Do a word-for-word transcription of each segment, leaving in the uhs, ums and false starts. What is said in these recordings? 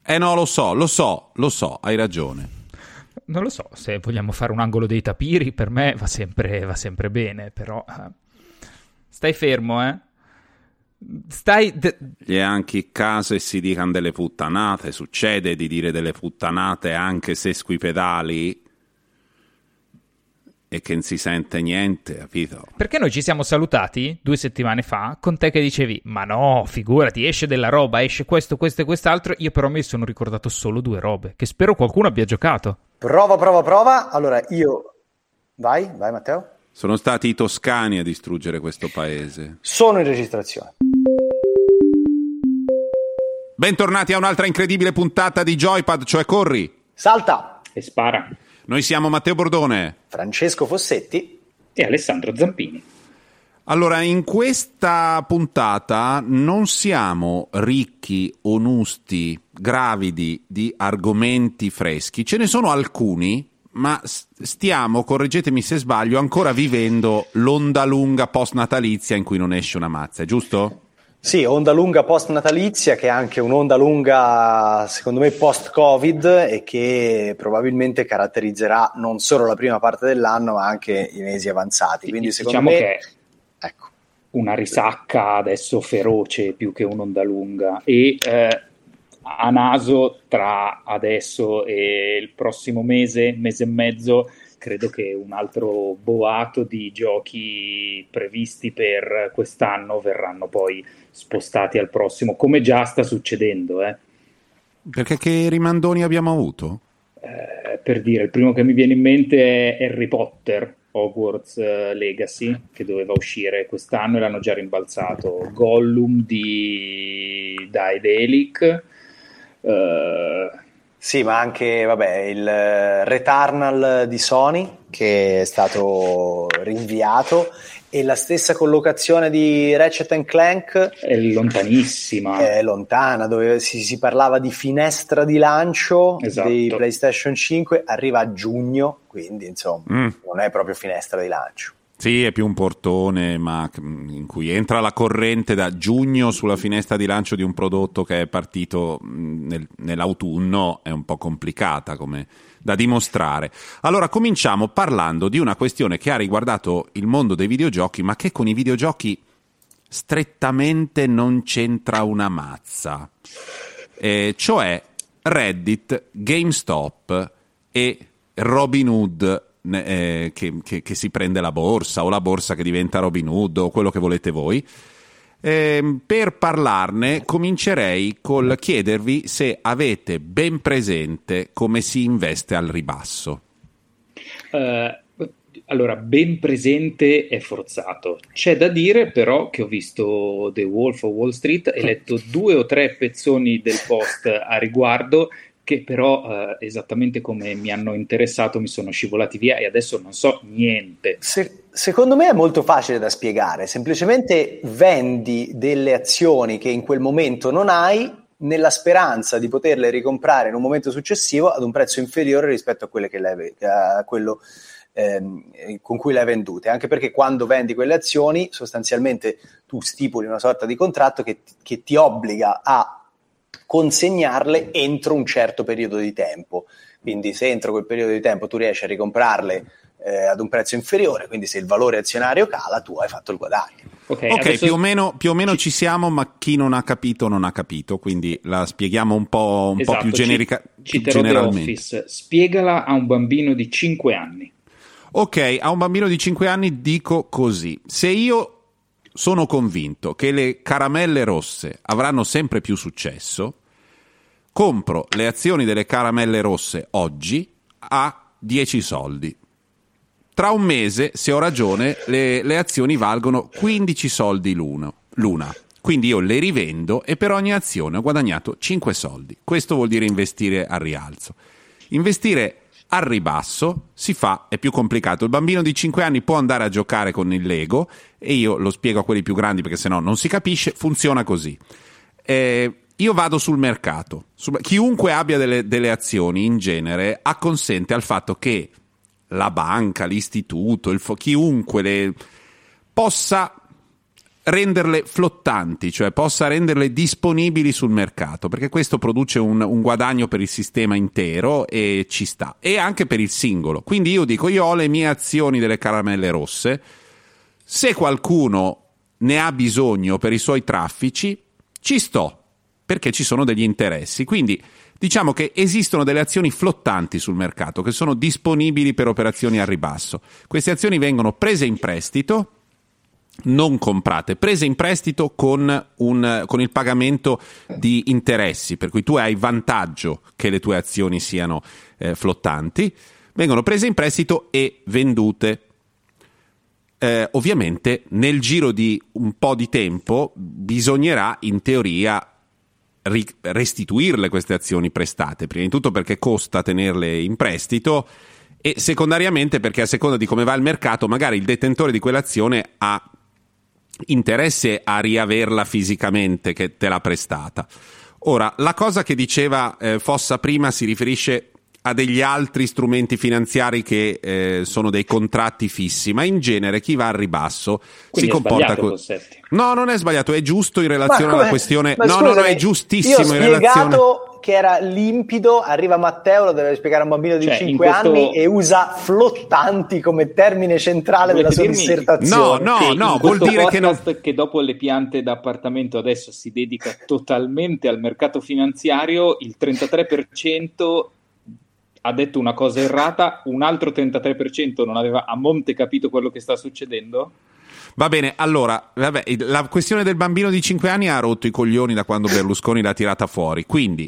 Eh no, lo so, lo so, lo so, hai ragione. Non lo so, se vogliamo fare un angolo dei tapiri, per me va sempre, va sempre bene, però... Uh, stai fermo, eh? Stai... De- Gli è anche caso e si dicano delle puttanate, succede di dire delle puttanate anche se squipedali e che non si sente niente, capito? Perché noi ci siamo salutati due settimane fa con te che dicevi ma no, figurati, esce della roba, esce questo, questo e quest'altro. Io però mi sono ricordato solo due robe che spero qualcuno abbia giocato. Prova, prova, prova. Allora io... Vai, vai Matteo. Sono stati i toscani a distruggere questo paese. Sono in registrazione. Bentornati a un'altra incredibile puntata di Joypad, cioè corri, salta e spara. Noi siamo Matteo Bordone, Francesco Fossetti e Alessandro Zampini. Allora, in questa puntata non siamo ricchi, onusti, gravidi di argomenti freschi. Ce ne sono alcuni, ma stiamo, correggetemi se sbaglio, ancora vivendo l'onda lunga post-natalizia in cui non esce una mazza, è giusto? Sì, onda lunga post-natalizia, che è anche un'onda lunga, secondo me, post-Covid e che probabilmente caratterizzerà non solo la prima parte dell'anno, ma anche i mesi avanzati. Quindi, diciamo secondo me, che ecco, una risacca adesso feroce più che un'onda lunga e eh, a naso tra adesso e il prossimo mese, mese e mezzo, credo che un altro boato di giochi previsti per quest'anno verranno poi spostati al prossimo, come già sta succedendo. Eh. Perché che rimandoni abbiamo avuto? Eh, per dire, il primo che mi viene in mente è Harry Potter, Hogwarts Legacy, che doveva uscire quest'anno e l'hanno già rimbalzato. Gollum di Daedalic. Uh... Sì, ma anche vabbè, il Returnal di Sony che è stato rinviato e la stessa collocazione di Ratchet and Clank è lontanissima, è lontana, dove si, si parlava di finestra di lancio, esatto, di PlayStation cinque, arriva a giugno, quindi insomma mm. non è proprio finestra di lancio. Sì, è più un portone, ma in cui entra la corrente da giugno sulla finestra di lancio di un prodotto che è partito nel, nell'autunno, è un po' complicata come da dimostrare. Allora, cominciamo parlando di una questione che ha riguardato il mondo dei videogiochi, ma che con i videogiochi strettamente non c'entra una mazza. Eh, cioè Reddit, GameStop e Robinhood, Eh, che, che, che si prende la borsa o la borsa che diventa Robinhood o quello che volete voi. Eh, per parlarne comincerei col chiedervi se avete ben presente come si investe al ribasso. Uh, allora, ben presente è forzato. C'è da dire però che ho visto The Wolf of Wall Street e letto due o tre pezzoni del post a riguardo che però eh, esattamente come mi hanno interessato mi sono scivolati via e adesso non so niente. Se, secondo me è molto facile da spiegare, semplicemente vendi delle azioni che in quel momento non hai nella speranza di poterle ricomprare in un momento successivo ad un prezzo inferiore rispetto a quelle che le, a quello ehm, con cui le hai vendute, anche perché quando vendi quelle azioni sostanzialmente tu stipuli una sorta di contratto che, che ti obbliga a consegnarle entro un certo periodo di tempo, quindi se entro quel periodo di tempo tu riesci a ricomprarle eh, ad un prezzo inferiore, quindi se il valore azionario cala tu hai fatto il guadagno. Ok, okay adesso... più o meno, più o meno ci... ci siamo, ma chi non ha capito non ha capito, quindi la spieghiamo un po', un esatto, po' più generica, ci, più generalmente. The Office, spiegala a un bambino di cinque anni. Ok, a un bambino di cinque anni dico così: se io sono convinto che le caramelle rosse avranno sempre più successo, compro le azioni delle caramelle rosse oggi a dieci soldi. Tra un mese, se ho ragione, le, le azioni valgono quindici soldi l'uno, l'una. Quindi io le rivendo e per ogni azione ho guadagnato cinque soldi. Questo vuol dire investire al rialzo. Investire al ribasso si fa, è più complicato. Il bambino di cinque anni può andare a giocare con il Lego, e io lo spiego a quelli più grandi perché sennò non si capisce. Funziona così. Eh, io vado sul mercato. Su, chiunque abbia delle, delle azioni in genere acconsente al fatto che la banca, l'istituto, il fo- chiunque le possa renderle flottanti, cioè possa renderle disponibili sul mercato, perché questo produce un, un guadagno per il sistema intero e ci sta, e anche per il singolo. Quindi io dico, io ho le mie azioni delle caramelle rosse, se qualcuno ne ha bisogno per i suoi traffici, ci sto, perché ci sono degli interessi. Quindi diciamo che esistono delle azioni flottanti sul mercato che sono disponibili per operazioni al ribasso. Queste azioni vengono prese in prestito, non comprate, prese in prestito con, un, con il pagamento di interessi, per cui tu hai vantaggio che le tue azioni siano eh, flottanti, vengono prese in prestito e vendute. Eh, ovviamente nel giro di un po' di tempo bisognerà in teoria ri- restituirle queste azioni prestate, prima di tutto perché costa tenerle in prestito e secondariamente perché a seconda di come va il mercato magari il detentore di quell'azione ha interesse a riaverla fisicamente che te l'ha prestata. Ora, la cosa che diceva eh, Fossa prima si riferisce a degli altri strumenti finanziari che eh, sono dei contratti fissi, ma in genere chi va al ribasso Quindi si comporta così. No, non è sbagliato, è giusto in relazione alla questione. No, scusami, no, no, è giustissimo io ho in relazione. Che era limpido, arriva Matteo, lo deve spiegare a un bambino di cioè, cinque questo... anni e usa flottanti come termine centrale Volete della sua dirmi... dissertazione. No, no, no, vuol dire che non... che dopo le piante d'appartamento adesso si dedica totalmente al mercato finanziario, il trentatré per cento ha detto una cosa errata, un altro trentatré per cento non aveva a monte capito quello che sta succedendo? Va bene, allora, vabbè, la questione del bambino di cinque anni ha rotto i coglioni da quando Berlusconi l'ha tirata fuori, quindi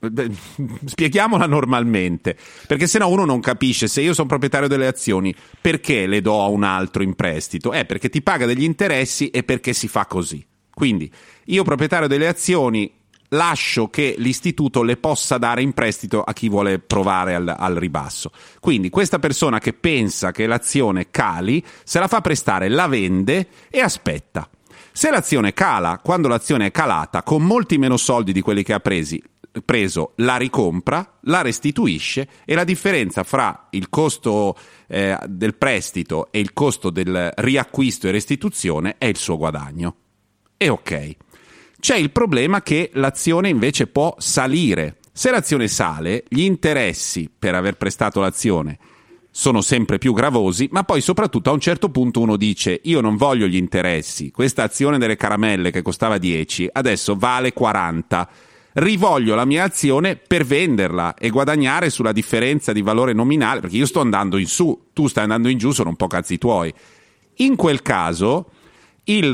spieghiamola normalmente, perché sennò uno non capisce. Se io sono proprietario delle azioni, perché le do a un altro in prestito? È perché ti paga degli interessi e perché si fa così. Quindi io proprietario delle azioni lascio che l'istituto le possa dare in prestito a chi vuole provare al, al ribasso. Quindi questa persona che pensa che l'azione cali se la fa prestare, la vende e aspetta. Se l'azione cala, quando l'azione è calata con molti meno soldi di quelli che ha presi preso, la ricompra, la restituisce e la differenza fra il costo eh, del prestito e il costo del riacquisto e restituzione è il suo guadagno. E ok. C'è il problema che l'azione invece può salire. Se l'azione sale, gli interessi per aver prestato l'azione sono sempre più gravosi, ma poi soprattutto a un certo punto uno dice: io non voglio gli interessi, questa azione delle caramelle che costava dieci adesso vale quaranta, rivoglio la mia azione per venderla e guadagnare sulla differenza di valore nominale, perché io sto andando in su, tu stai andando in giù, sono un po' cazzi tuoi. In quel caso il,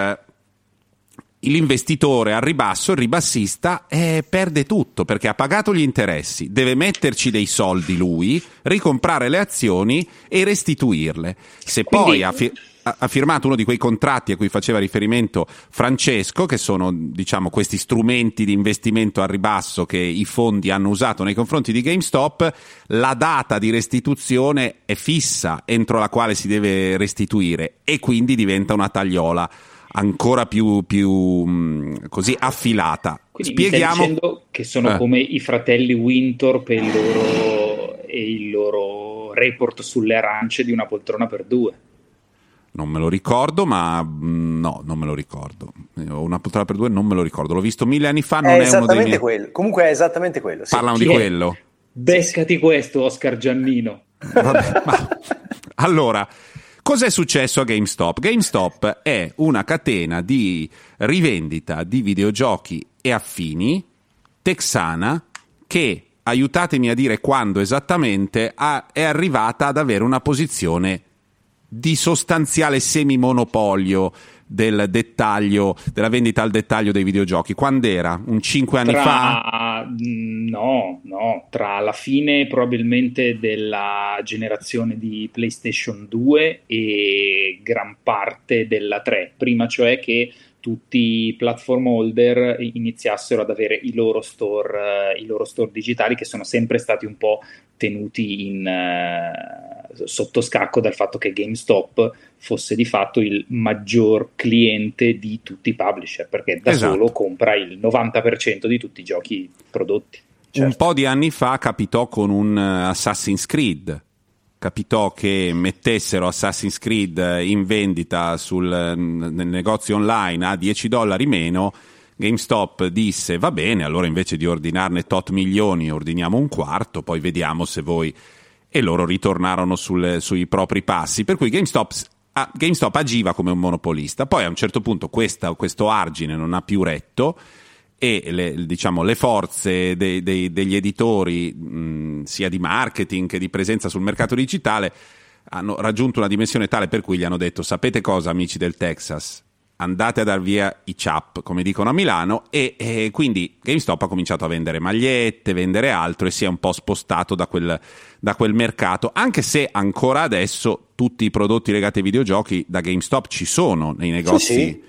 l'investitore al ribasso, il ribassista, eh, perde tutto, perché ha pagato gli interessi, deve metterci dei soldi lui, ricomprare le azioni e restituirle. Se Quindi... poi ha fi- ha firmato uno di quei contratti a cui faceva riferimento Francesco, che sono, diciamo, questi strumenti di investimento al ribasso che i fondi hanno usato nei confronti di GameStop, la data di restituzione è fissa entro la quale si deve restituire e quindi diventa una tagliola ancora più, più mh, così affilata. Quindi Spieghiamo... mi stai dicendo che sono eh. come i fratelli Winthorpe e il loro, e il loro report sulle arance di Una poltrona per due. Non me lo ricordo, ma no, non me lo ricordo. Una poltrona per due non me lo ricordo. L'ho visto mille anni fa, non è, è uno dei miei... quello. Comunque è esattamente quello. Sì. Parlano Chi di è? quello. Beccati sì, sì. Questo, Oscar Giannino. Vabbè, ma... Allora, cos'è successo a GameStop? GameStop è una catena di rivendita di videogiochi e affini texana che, aiutatemi a dire quando esattamente, ha... è arrivata ad avere una posizione di sostanziale semimonopolio del dettaglio, della vendita al dettaglio dei videogiochi. Quando era? Un cinque anni tra, fa? No, no, tra la fine probabilmente della generazione di PlayStation due e gran parte della tre, prima cioè che tutti i platform holder iniziassero ad avere i loro store, uh, i loro store digitali, che sono sempre stati un po' tenuti in, uh, sotto scacco dal fatto che GameStop fosse di fatto il maggior cliente di tutti i publisher, perché da esatto. solo compra il novanta per cento di tutti i giochi prodotti. Certo. Un po' di anni fa capitò con un uh, Assassin's Creed. capitò che mettessero Assassin's Creed in vendita sul, nel negozio online a dieci dollari meno, GameStop disse va bene, allora invece di ordinarne tot milioni ordiniamo un quarto, poi vediamo se voi... E loro ritornarono sul, sui propri passi, per cui GameStop, ah, GameStop agiva come un monopolista. Poi a un certo punto questa, questo argine non ha più retto e le, diciamo, le forze dei, dei, degli editori, mh, sia di marketing che di presenza sul mercato digitale, hanno raggiunto una dimensione tale per cui gli hanno detto sapete cosa, amici del Texas? Andate a dar via i chap, come dicono a Milano, e, e quindi GameStop ha cominciato a vendere magliette, vendere altro e si è un po' spostato da quel, da quel mercato, anche se ancora adesso tutti i prodotti legati ai videogiochi da GameStop ci sono nei negozi sì, sì.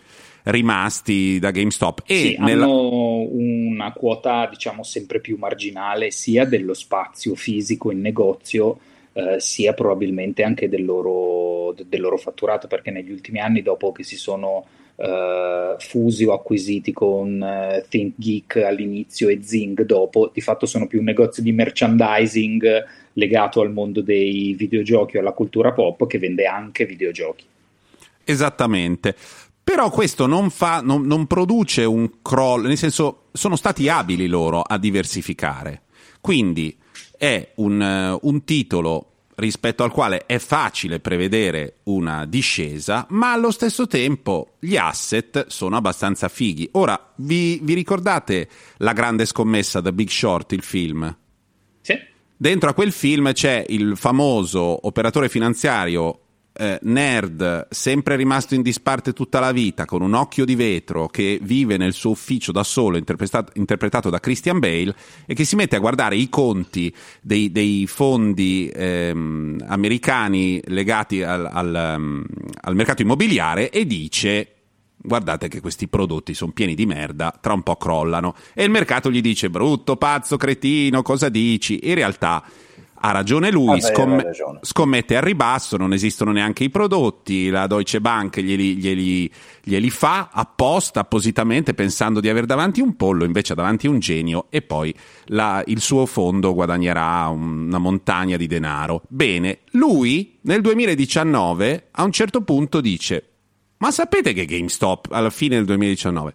rimasti da GameStop. E sì, nella... hanno una quota diciamo sempre più marginale sia dello spazio fisico in negozio, Uh, sia probabilmente anche del loro, del loro fatturato, perché negli ultimi anni, dopo che si sono uh, fusi o acquisiti con uh, ThinkGeek all'inizio e Zing dopo, di fatto sono più un negozio di merchandising legato al mondo dei videogiochi o alla cultura pop, che vende anche videogiochi. Esattamente. Però questo non fa, non, non produce un crollo, nel senso sono stati abili loro a diversificare. Quindi è un, uh, un titolo rispetto al quale è facile prevedere una discesa, ma allo stesso tempo gli asset sono abbastanza fighi. Ora, vi, vi ricordate La grande scommessa, The Big Short, il film? Sì. Dentro a quel film c'è il famoso operatore finanziario eh, nerd, sempre rimasto in disparte tutta la vita, con un occhio di vetro, che vive nel suo ufficio da solo, interpretato, interpretato da Christian Bale, e che si mette a guardare i conti dei, dei fondi ehm, americani legati al, al, um, al mercato immobiliare e dice guardate che questi prodotti sono pieni di merda, tra un po' crollano, e il mercato gli dice brutto, pazzo, cretino, cosa dici? In realtà ha ragione lui, ah, scomm- ragione. scommette al ribasso, non esistono neanche i prodotti, la Deutsche Bank glieli, glieli, glieli fa apposta, appositamente, pensando di aver davanti un pollo, invece ha davanti un genio, e poi la, il suo fondo guadagnerà una montagna di denaro. Bene, lui nel duemiladiciannove a un certo punto dice ma sapete che GameStop alla fine del duemiladiciannove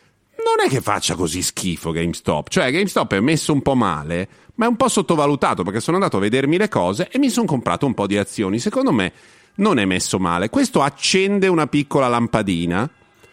non è che faccia così schifo GameStop, cioè GameStop è messo un po' male, ma è un po' sottovalutato, perché sono andato a vedermi le cose e mi sono comprato un po' di azioni, secondo me non è messo male. Questo accende una piccola lampadina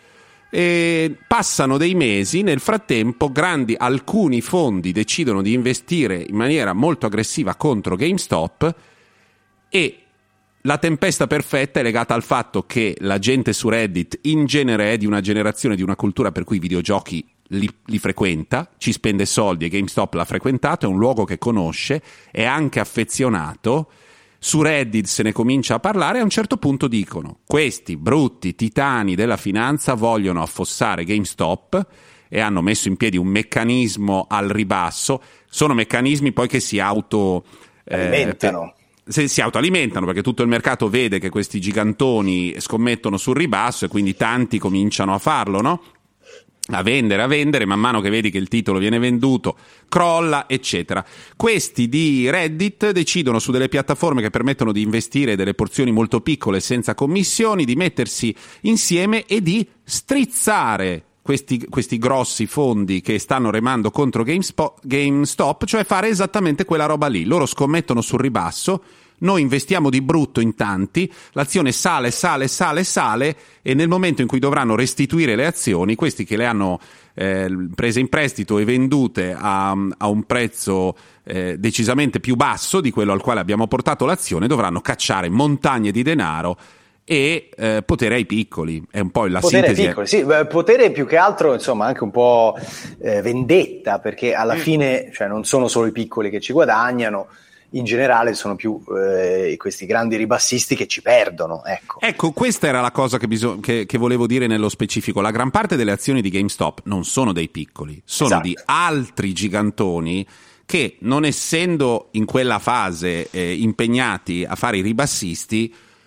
e passano dei mesi, nel frattempo grandi, alcuni fondi decidono di investire in maniera molto aggressiva contro GameStop e la tempesta perfetta è legata al fatto che la gente su Reddit in genere è di una generazione, di una cultura per cui i videogiochi li, li frequenta, ci spende soldi e GameStop l'ha frequentato, è un luogo che conosce, è anche affezionato. Su Reddit se ne comincia a parlare e a un certo punto dicono questi brutti titani della finanza vogliono affossare GameStop e hanno messo in piedi un meccanismo al ribasso. Sono meccanismi poi che si auto alimentano. Eh, Se si autoalimentano, perché tutto il mercato vede che questi gigantoni scommettono sul ribasso e quindi tanti cominciano a farlo, no? A vendere, a vendere, man mano che vedi che il titolo viene venduto, crolla, eccetera. Questi di Reddit decidono su delle piattaforme che permettono di investire delle porzioni molto piccole senza commissioni, di mettersi insieme e di strizzare Questi, questi grossi fondi che stanno remando contro GameSpot, GameStop, cioè fare esattamente quella roba lì. Loro scommettono sul ribasso, noi investiamo di brutto in tanti, l'azione sale, sale, sale, sale e nel momento in cui dovranno restituire le azioni, questi che le hanno eh, prese in prestito e vendute a, a un prezzo eh, decisamente più basso di quello al quale abbiamo portato l'azione, dovranno cacciare montagne di denaro e eh, potere ai piccoli, è un po' la potere sintesi. Ai piccoli, sì, potere più che altro, insomma, anche un po' eh, vendetta, perché alla mm. fine, cioè, non sono solo i piccoli che ci guadagnano, in generale sono più eh, questi grandi ribassisti che ci perdono. Ecco, ecco questa era la cosa che, bisog- che, che volevo dire nello specifico. La gran parte delle azioni di GameStop non sono dei piccoli, sono esatto. di altri gigantoni che, non essendo in quella fase eh, impegnati a fare i ribassisti,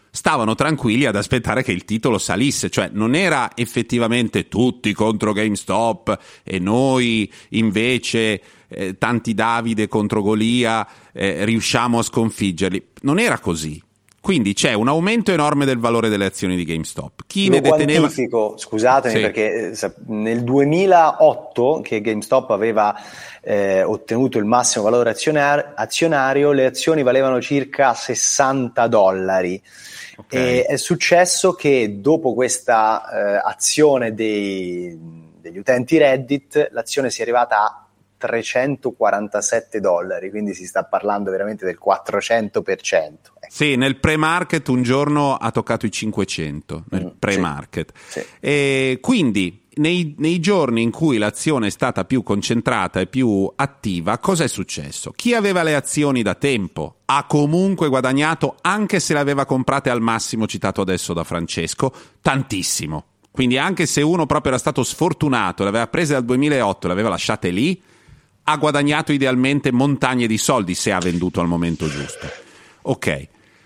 stavano tranquilli ad aspettare che il titolo salisse, cioè non era effettivamente tutti contro GameStop e noi invece eh, tanti Davide contro Golia eh, riusciamo a sconfiggerli, non era così. Quindi c'è un aumento enorme del valore delle azioni di GameStop. Chi Lo ne deteneva... quantifico, scusatemi, sì. perché eh, nel duemilaotto che GameStop aveva eh, ottenuto il massimo valore azionar- azionario, le azioni valevano circa sessanta dollari. Okay. E è successo che dopo questa eh, azione dei, degli utenti Reddit, l'azione sia arrivata a trecentoquarantasette dollari, quindi si sta parlando veramente del quattrocento per cento. Ecco. Sì, nel pre-market un giorno ha toccato i cinquecento, nel mm, pre-market. Sì, sì. E quindi nei, nei giorni in cui l'azione è stata più concentrata e più attiva, cosa è successo? Chi aveva le azioni da tempo ha comunque guadagnato, anche se le aveva comprate al massimo citato adesso da Francesco, tantissimo. Quindi anche se uno proprio era stato sfortunato, le aveva prese dal duemilaotto e le aveva lasciate lì, ha guadagnato idealmente montagne di soldi se ha venduto al momento giusto. Ok.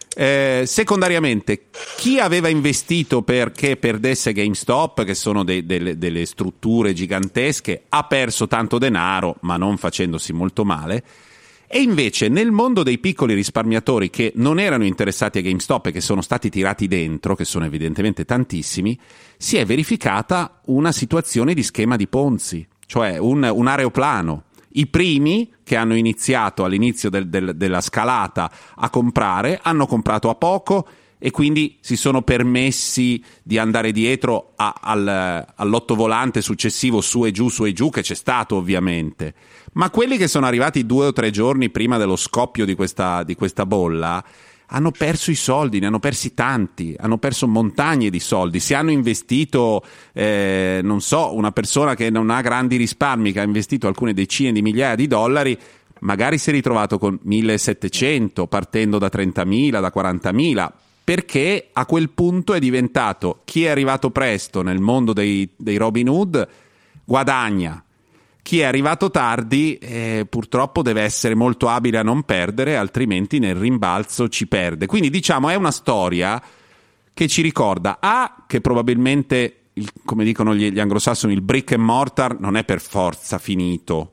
Eh, secondariamente, chi aveva investito perché perdesse GameStop, che sono de- de- delle strutture gigantesche, ha perso tanto denaro, ma non facendosi molto male. E invece nel mondo dei piccoli risparmiatori che non erano interessati a GameStop e che sono stati tirati dentro, che sono evidentemente tantissimi, si è verificata una situazione di schema di Ponzi, cioè un, un aeroplano. I primi che hanno iniziato all'inizio del, del, della scalata a comprare hanno comprato a poco e quindi si sono permessi di andare dietro a, al, all'ottovolante successivo su e giù, su e giù, che c'è stato ovviamente. Ma quelli che sono arrivati due o tre giorni prima dello scoppio di questa, di questa bolla hanno perso i soldi, ne hanno persi tanti, hanno perso montagne di soldi, si hanno investito, eh, non so, una persona che non ha grandi risparmi, che ha investito alcune decine di migliaia di dollari, magari si è ritrovato con millesettecento, partendo da trentamila, da quarantamila, perché a quel punto è diventato chi è arrivato presto nel mondo dei, dei Robin Hood guadagna. Chi è arrivato tardi eh, purtroppo deve essere molto abile a non perdere, altrimenti nel rimbalzo ci perde. Quindi diciamo è una storia che ci ricorda A, che probabilmente, il, come dicono gli, gli anglosassoni, il brick and mortar non è per forza finito.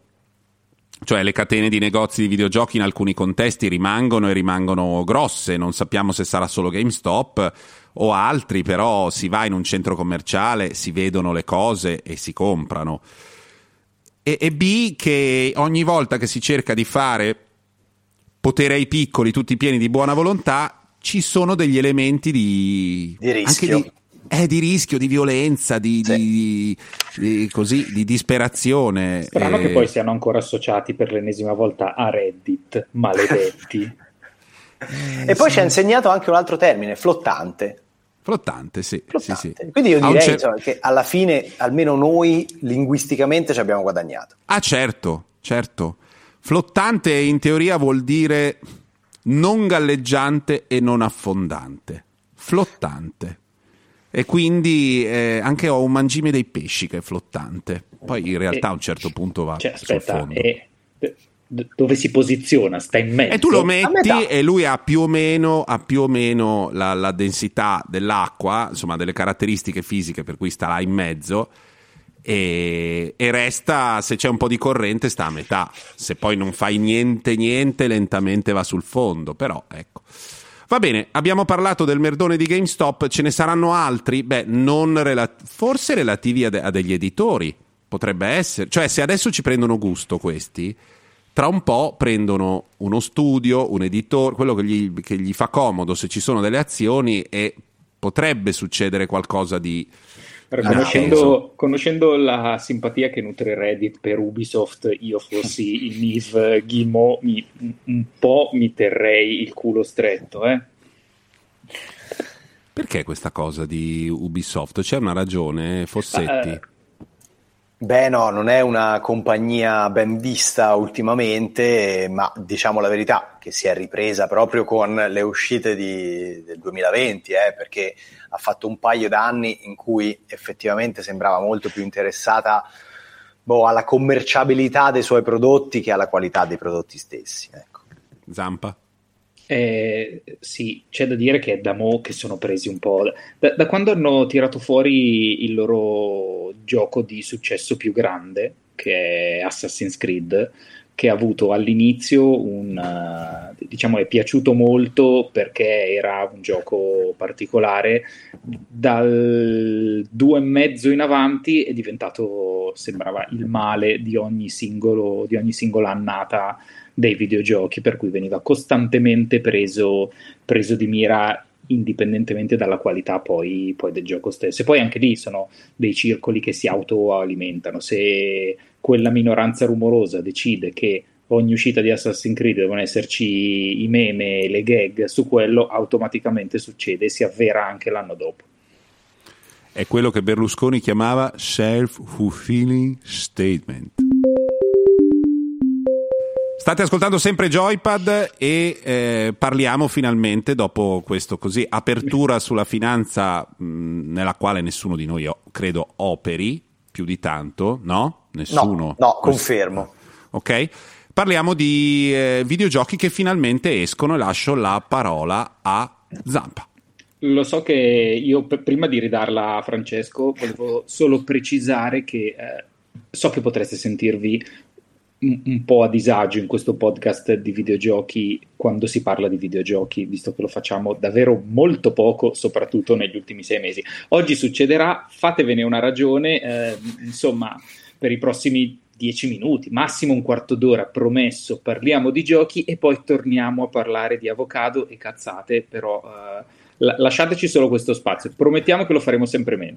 Cioè le catene di negozi di videogiochi in alcuni contesti rimangono e rimangono grosse, non sappiamo se sarà solo GameStop o altri, però si va in un centro commerciale, si vedono le cose e si comprano. E, e B, che ogni volta che si cerca di fare potere ai piccoli tutti pieni di buona volontà, ci sono degli elementi di, di rischio, anche di, eh, di rischio, di violenza, di, sì. di, di, così, di disperazione. Strano eh... che poi siano ancora associati per l'ennesima volta a Reddit, maledetti. eh, e poi sì. Ci ha insegnato anche un altro termine, flottante. Flottante, sì. Flottante. sì, sì. Quindi io direi cer- insomma, che alla fine almeno noi linguisticamente ci abbiamo guadagnato. Ah certo, certo. Flottante in teoria vuol dire non galleggiante e non affondante. Flottante. E quindi eh, anche ho un mangime dei pesci che è flottante. Poi in realtà a un certo punto va cioè, sul aspetta, fondo. E dove si posiziona? Sta in mezzo. E tu lo metti e lui ha più o meno, ha più o meno la, la densità dell'acqua, insomma delle caratteristiche fisiche per cui sta là in mezzo e, e resta, se c'è un po' di corrente sta a metà, se poi non fai niente niente lentamente va sul fondo, però ecco. Va bene, abbiamo parlato del merdone di GameStop, ce ne saranno altri? Beh, non rela- forse relativi a, de- a degli editori, potrebbe essere, cioè se adesso ci prendono gusto questi, tra un po' prendono uno studio, un editore, quello che gli, che gli fa comodo se ci sono delle azioni e potrebbe succedere qualcosa di... Conoscendo, conoscendo la simpatia che nutre Reddit per Ubisoft, io fossi il Niv Guillemot, mi, un po' mi terrei il culo stretto, eh? Perché questa cosa di Ubisoft? C'è una ragione, Fossetti? Uh, Beh no, non è una compagnia ben vista ultimamente, ma diciamo la verità che si è ripresa proprio con le uscite di, del duemilaventi, eh, perché ha fatto un paio d'anni in cui effettivamente sembrava molto più interessata boh, alla commerciabilità dei suoi prodotti che alla qualità dei prodotti stessi. Ecco. Zampa? Eh, sì, c'è da dire che è da mo' che sono presi un po'. Da, da quando hanno tirato fuori il loro gioco di successo più grande, che è Assassin's Creed, che ha avuto all'inizio un, uh, diciamo, è piaciuto molto perché era un gioco particolare. Dal due e mezzo in avanti è diventato, sembrava il male di ogni singolo, di ogni singola annata dei videogiochi, per cui veniva costantemente preso, preso di mira indipendentemente dalla qualità poi, poi del gioco stesso. E poi anche lì sono dei circoli che si autoalimentano. Se quella minoranza rumorosa decide che ogni uscita di Assassin's Creed devono esserci i meme e le gag su quello, automaticamente succede e si avvera anche l'anno dopo. È quello che Berlusconi chiamava self-fulfilling statement. State ascoltando sempre Joypad e eh, parliamo finalmente, dopo questo così apertura sulla finanza mh, nella quale nessuno di noi, credo, operi più di tanto, no? Nessuno? No, no, confermo. Ok, parliamo di eh, videogiochi che finalmente escono e lascio la parola a Zampa. Lo so che io, p- prima di ridarla a Francesco, volevo solo precisare che eh, so che potreste sentirvi un po' a disagio in questo podcast di videogiochi quando si parla di videogiochi, visto che lo facciamo davvero molto poco, soprattutto negli ultimi sei mesi. Oggi succederà, fatevene una ragione, eh, insomma, per i prossimi dieci minuti, massimo un quarto d'ora, promesso, parliamo di giochi e poi torniamo a parlare di avocado e cazzate, però eh, la- lasciateci solo questo spazio, promettiamo che lo faremo sempre meno.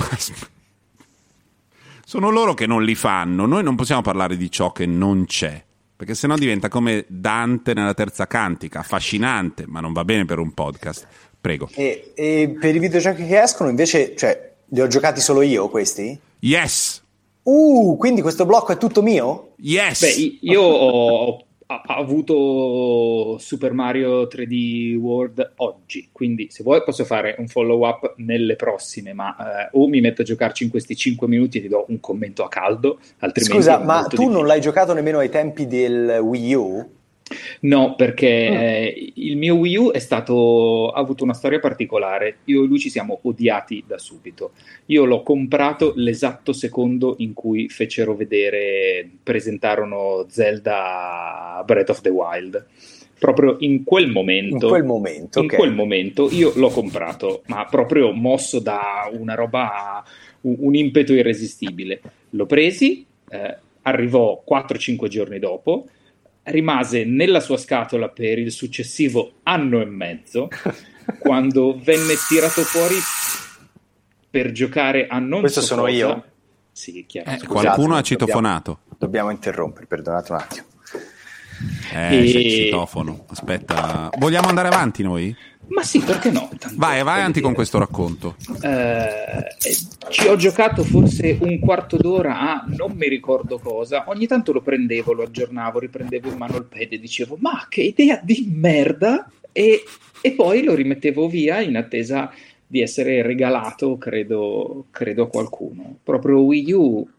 Sono loro che non li fanno, noi non possiamo parlare di ciò che non c'è, perché sennò diventa come Dante nella terza cantica, affascinante, ma non va bene per un podcast. Prego. E, e per i videogiochi che escono invece, cioè, li ho giocati solo io questi? Yes! Uh, quindi questo blocco è tutto mio? Yes! Beh, io ho, ho avuto Super Mario tre D World oggi, quindi se vuoi posso fare un follow up nelle prossime, ma eh, o mi metto a giocarci in questi cinque minuti e ti do un commento a caldo, altrimenti Scusa, è ma molto tu difficile. non l'hai giocato nemmeno ai tempi del Wii U? No, perché Mm. eh, il mio Wii U è stato, ha avuto una storia particolare. Io e lui ci siamo odiati da subito. Io l'ho comprato l'esatto secondo in cui fecero vedere, presentarono Zelda Breath of the Wild. Proprio in quel momento, In quel momento, in ok. quel momento io l'ho comprato, ma proprio mosso da una roba, un, un impeto irresistibile. L'ho presi, eh, arrivò quattro cinque giorni dopo, rimase nella sua scatola per il successivo anno e mezzo, quando venne tirato fuori per giocare a non Questo so sono cosa. io? Sì, chiaro. Eh, Scusate, qualcuno ha dobbiamo- citofonato. Dobbiamo interrompere, perdonate un attimo. Eh, E- c'è il citofono. Aspetta. Vogliamo andare avanti noi? Ma sì, perché no? Tanto, Vai, vai voglio avanti dire. con questo racconto. Eh, ci ho giocato forse un quarto d'ora a non mi ricordo cosa. Ogni tanto lo prendevo, lo aggiornavo, riprendevo in mano il pad e dicevo ma che idea di merda, e, e poi lo rimettevo via in attesa di essere regalato, credo, credo a qualcuno. Proprio Wii U.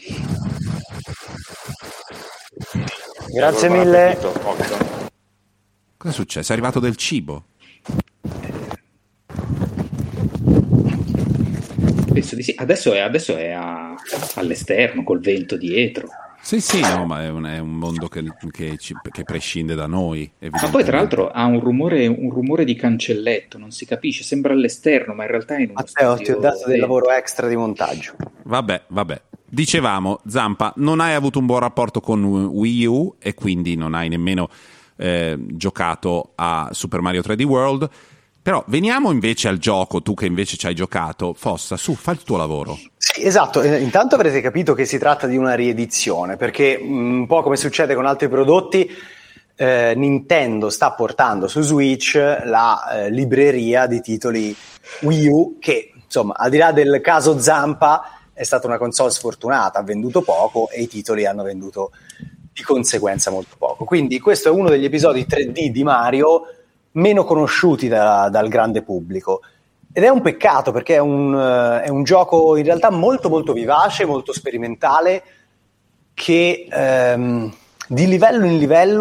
Grazie mille. Cosa è successo? È arrivato del cibo? Penso di sì. Adesso è, adesso è a- all'esterno col vento dietro. Sì, sì, no, ma è un, è un mondo che, che, ci- che prescinde da noi. Ma poi tra l'altro ha un rumore, un rumore di cancelletto, non si capisce, sembra all'esterno, ma in realtà è in uno Matteo, ti ho studio dato del dentro. lavoro extra di montaggio. Vabbè, vabbè. Dicevamo, Zampa, non hai avuto un buon rapporto con Wii U e quindi non hai nemmeno eh, giocato a Super Mario tre D World. Però veniamo invece al gioco, tu che invece ci hai giocato. Fossa, su, fai il tuo lavoro. Sì, esatto. Eh, Intanto avrete capito che si tratta di una riedizione, perché mh, un po' come succede con altri prodotti, eh, Nintendo sta portando su Switch la eh, libreria di titoli Wii U che, insomma, al di là del caso Zampa, è stata una console sfortunata, ha venduto poco e i titoli hanno venduto di conseguenza molto poco. Quindi questo è uno degli episodi tre D di Mario meno conosciuti da- dal grande pubblico. Ed è un peccato perché è un, eh, è un gioco in realtà molto molto vivace, molto sperimentale, che ehm, di livello in livello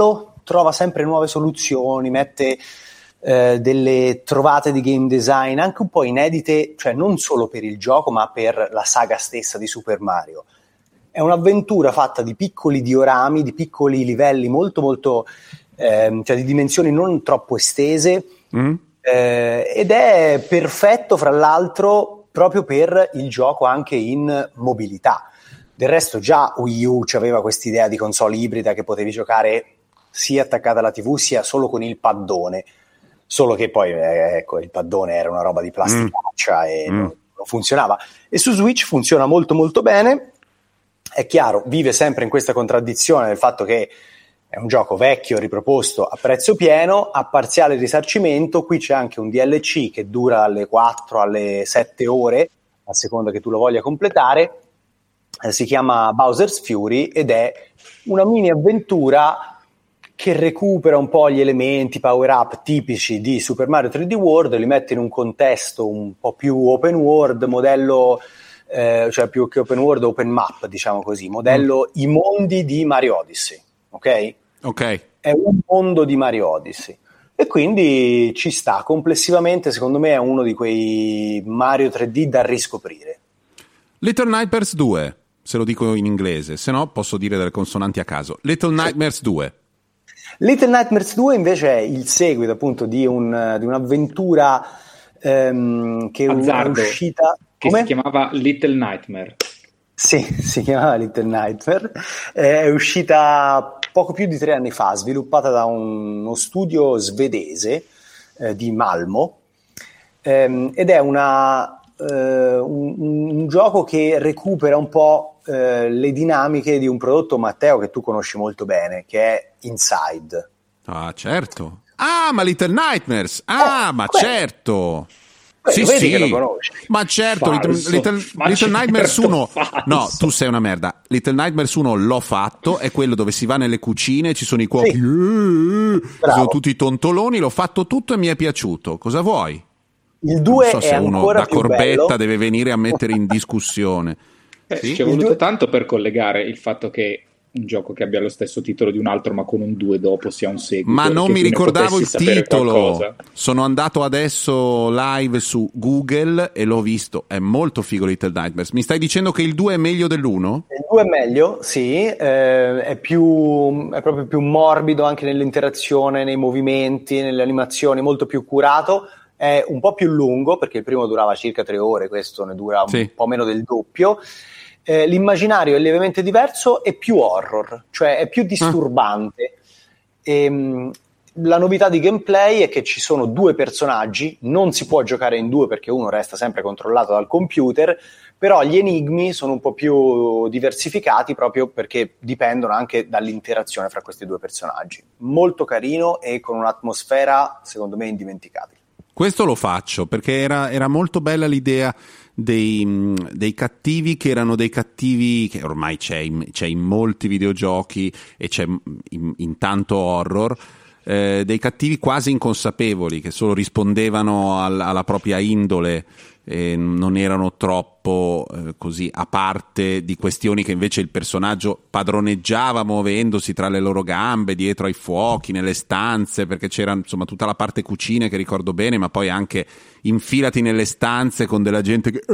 trova sempre nuove soluzioni, mette eh, delle trovate di game design anche un po' inedite, cioè non solo per il gioco ma per la saga stessa di Super Mario. È un'avventura fatta di piccoli diorami, di piccoli livelli molto molto ehm, cioè di dimensioni non troppo estese, mm. eh, ed è perfetto fra l'altro proprio per il gioco anche in mobilità. Del resto già Wii U aveva quest'idea di console ibrida che potevi giocare sia attaccata alla tivù sia solo con il paddone, solo che poi eh, ecco, il paddone era una roba di plasticaccia mm. e mm. Non, non funzionava. E su Switch funziona molto molto bene. È chiaro, vive sempre in questa contraddizione del fatto che è un gioco vecchio, riproposto a prezzo pieno, a parziale risarcimento. Qui c'è anche un D L C che dura dalle quattro alle sette ore, a seconda che tu lo voglia completare. Eh, si chiama Bowser's Fury ed è una mini avventura che recupera un po' gli elementi power-up tipici di Super Mario tre D World, li mette in un contesto un po' più open world, modello... Eh, cioè più che open world, open map, diciamo così, modello mm. i mondi di Mario Odyssey, ok? Ok. È un mondo di Mario Odyssey e quindi ci sta. Complessivamente secondo me è uno di quei Mario tre D da riscoprire. Little Nightmares due, se lo dico in inglese, se no posso dire delle consonanti a caso. Little Nightmares due. Little Nightmares due invece è il seguito appunto di, un, di un'avventura ehm, che Azzardo. è uscita... Che Come? si chiamava Little Nightmare. Sì, si chiamava Little Nightmare. È uscita poco più di tre anni fa, sviluppata da un, uno studio svedese eh, di Malmo, ehm, ed è una, eh, un, un gioco che recupera un po' eh, le dinamiche di un prodotto, Matteo, che tu conosci molto bene, che è Inside. Ah, certo. Ah, ma Little Nightmares! Ah, eh, ma quello. certo! Beh, sì, vedi sì, che lo conosci. Ma certo, Falso. Little, Little, Ma Little certo, Nightmares uno falso. no, tu sei una merda. Little Nightmares uno l'ho fatto, è quello dove si va nelle cucine, ci sono i cuochi, Sì. ci sono tutti i tontoloni, l'ho fatto tutto e mi è piaciuto. Cosa vuoi? Il due non so è se uno ancora da più corbetta bello. deve venire a mettere in discussione. Eh, sì? Ci è voluto due... tanto per collegare il fatto che un gioco che abbia lo stesso titolo di un altro ma con un due dopo sia un seguito. Ma non mi ricordavo il titolo. Qualcosa. Sono andato adesso live su Google e l'ho visto. È molto figo Little Nightmares. Mi stai dicendo che il due è meglio dell'uno? Il due è meglio, sì, eh, è più è proprio più morbido anche nell'interazione, nei movimenti, nelle animazioni, molto più curato. È un po' più lungo perché il primo durava circa tre ore, questo ne dura un sì. po' meno del doppio. Eh, l'immaginario è lievemente diverso e più horror, cioè è più disturbante. Ah. E, mh, la novità di gameplay è che ci sono due personaggi, non si può giocare in due perché uno resta sempre controllato dal computer, però gli enigmi sono un po' più diversificati proprio perché dipendono anche dall'interazione fra questi due personaggi. Molto carino e con un'atmosfera secondo me indimenticabile. Questo lo faccio perché era, era molto bella l'idea dei, dei cattivi che erano dei cattivi che ormai c'è in, c'è in molti videogiochi e c'è in, in tanto horror, eh, dei cattivi quasi inconsapevoli che solo rispondevano al, alla propria indole e non erano troppo eh, così a parte di questioni che invece il personaggio padroneggiava muovendosi tra le loro gambe, dietro ai fuochi, nelle stanze, perché c'era insomma tutta la parte cucine che ricordo bene, ma poi anche infilati nelle stanze con della gente che...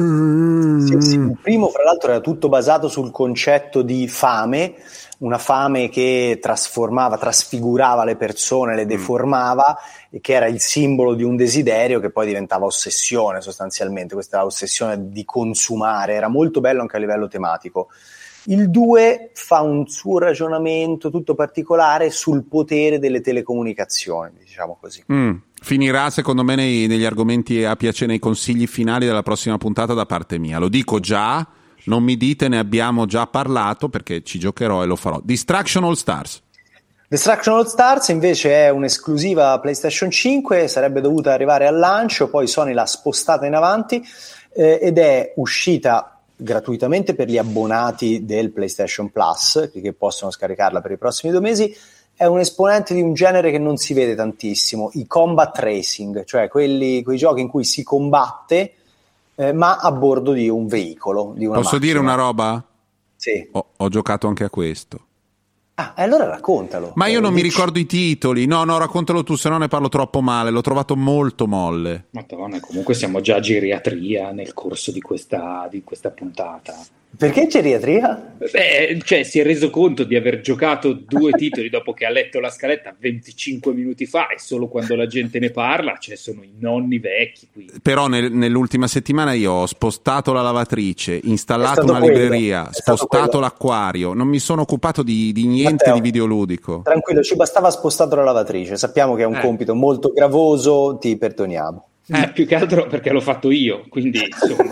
Sì, sì. Il primo fra l'altro era tutto basato sul concetto di fame, una fame che trasformava, trasfigurava le persone, le deformava, mm. e che era il simbolo di un desiderio che poi diventava ossessione sostanzialmente, questa ossessione di consumare, era molto bello anche a livello tematico. Il due fa un suo ragionamento tutto particolare sul potere delle telecomunicazioni, diciamo così. Mm. Finirà secondo me nei, negli argomenti a piacere, nei consigli finali della prossima puntata da parte mia, lo dico già. Non mi dite, ne abbiamo già parlato perché ci giocherò e lo farò. Destruction All Stars. Destruction All Stars invece è un'esclusiva PlayStation cinque, sarebbe dovuta arrivare al lancio, poi Sony l'ha spostata in avanti eh, ed è uscita gratuitamente per gli abbonati del PlayStation Plus, che possono scaricarla per i prossimi due mesi. È un esponente di un genere che non si vede tantissimo, i combat racing, cioè quelli, quei giochi in cui si combatte Eh, ma a bordo di un veicolo, di una Posso macchina. dire una roba? Sì. Ho, ho giocato anche a questo. Ah, e allora raccontalo. Ma io eh, non mi dici... ricordo i titoli. No, no, raccontalo tu, se no ne parlo troppo male. L'ho trovato molto molle. Madonna, comunque siamo già a geriatria nel corso di questa, di questa puntata. Perché geriatria? Beh, cioè, si è reso conto di aver giocato due titoli dopo che ha letto la scaletta venticinque minuti fa, e solo quando la gente ne parla, cioè sono i nonni vecchi qui. Però nel, nell'ultima settimana io ho spostato la lavatrice, installato una quello, libreria, spostato l'acquario, non mi sono occupato di, di niente Matteo, di videoludico. Tranquillo, ci bastava spostato la lavatrice, sappiamo che è un eh. compito molto gravoso, ti perdoniamo. Eh, più che altro perché l'ho fatto io, quindi insomma...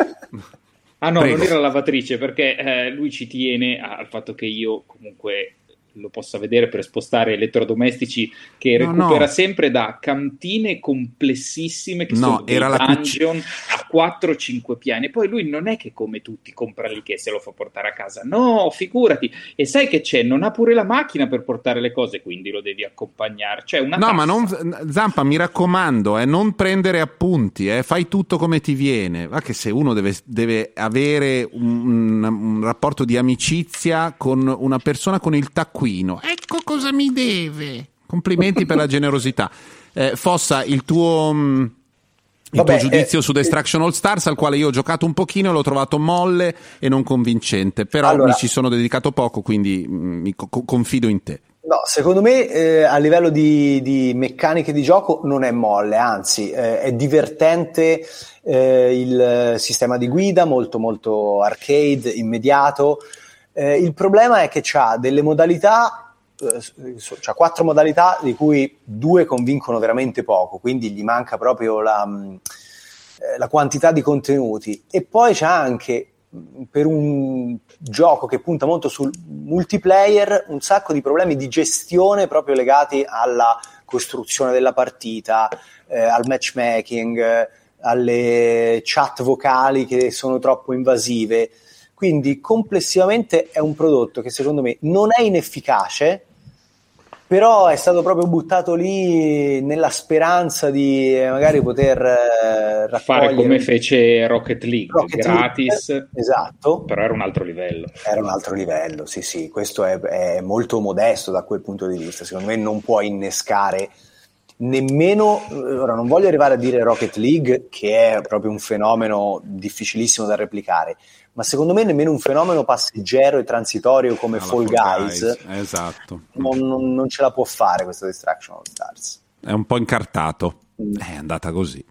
Ah no, Prego. non era la lavatrice, perché eh, lui ci tiene al fatto che io comunque lo possa vedere per spostare elettrodomestici, che No, recupera no. sempre da cantine complessissime che No, sono dei era la dungeon a quattro cinque piani. E poi lui non è che come tutti compra lì che se lo fa portare a casa, no, figurati. E sai che c'è? Non ha pure la macchina per portare le cose, quindi lo devi accompagnare. Cioè una No, tassa. ma non, Zampa, mi raccomando, eh, non prendere appunti, eh, fai tutto come ti viene. Va che se uno deve, deve avere un, un rapporto di amicizia con una persona con il taccuino, ecco cosa mi deve. Complimenti per la generosità. Eh, Fossa, il tuo... il Vabbè, tuo giudizio eh, su Destruction All Stars, al quale io ho giocato un pochino e l'ho trovato molle e non convincente, però Allora, mi ci sono dedicato poco, quindi mh, mi co- confido in te. No, secondo me eh, a livello di, di meccaniche di gioco non è molle, anzi eh, è divertente eh, il sistema di guida, molto molto arcade, immediato. Eh, il problema è che c'ha delle modalità, eh, c'ha quattro modalità di cui due convincono veramente poco, quindi gli manca proprio la, eh, la quantità di contenuti, e poi c'ha anche, per un gioco che punta molto sul multiplayer, un sacco di problemi di gestione proprio legati alla costruzione della partita, eh, al matchmaking, eh, alle chat vocali che sono troppo invasive. Quindi complessivamente è un prodotto che secondo me non è inefficace, però è stato proprio buttato lì nella speranza di eh, magari poter eh, raccogliere... Fare come fece Rocket League, Rocket gratis, League, esatto. però era un altro livello. Era un altro livello, sì sì, questo è, è molto modesto da quel punto di vista, secondo me non può innescare nemmeno, ora non voglio arrivare a dire Rocket League, che è proprio un fenomeno difficilissimo da replicare, ma secondo me nemmeno un fenomeno passeggero e transitorio come Alla Fall Guys, Guys, esatto. non, non, non ce la può fare questo Destruction All Stars. È un po' incartato, è andata così.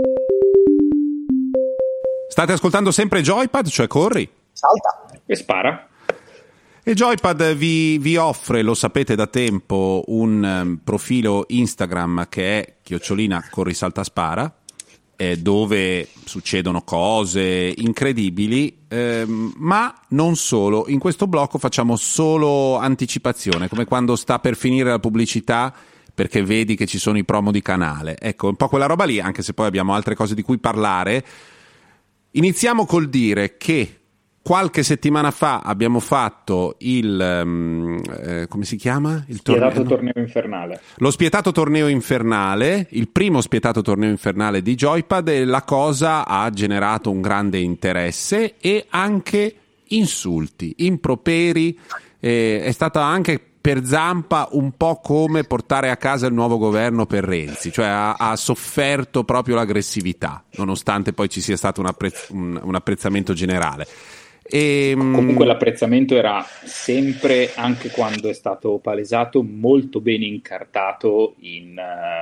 State ascoltando sempre Joypad, cioè corri. Salta. E spara. E Joypad vi, vi offre, lo sapete da tempo, un um, profilo Instagram che è chiocciolina corri salta spara, eh, dove succedono cose incredibili, ehm, ma non solo. In questo blocco facciamo solo anticipazione, come quando sta per finire la pubblicità perché vedi che ci sono i promo di canale. Ecco, un po' quella roba lì, anche se poi abbiamo altre cose di cui parlare. Iniziamo col dire che qualche settimana fa abbiamo fatto il um, eh, come si chiama? Il Spietato torneo, torneo infernale. Lo spietato torneo infernale, il primo spietato torneo infernale di Joypad, e la cosa ha generato un grande interesse e anche insulti, improperi. Eh, è stata anche per Zampa un po' come portare a casa il nuovo governo per Renzi, cioè ha, ha sofferto proprio l'aggressività, nonostante poi ci sia stato un, apprezz- un, un apprezzamento generale. E, comunque l'apprezzamento era sempre, anche quando è stato palesato, molto bene incartato in,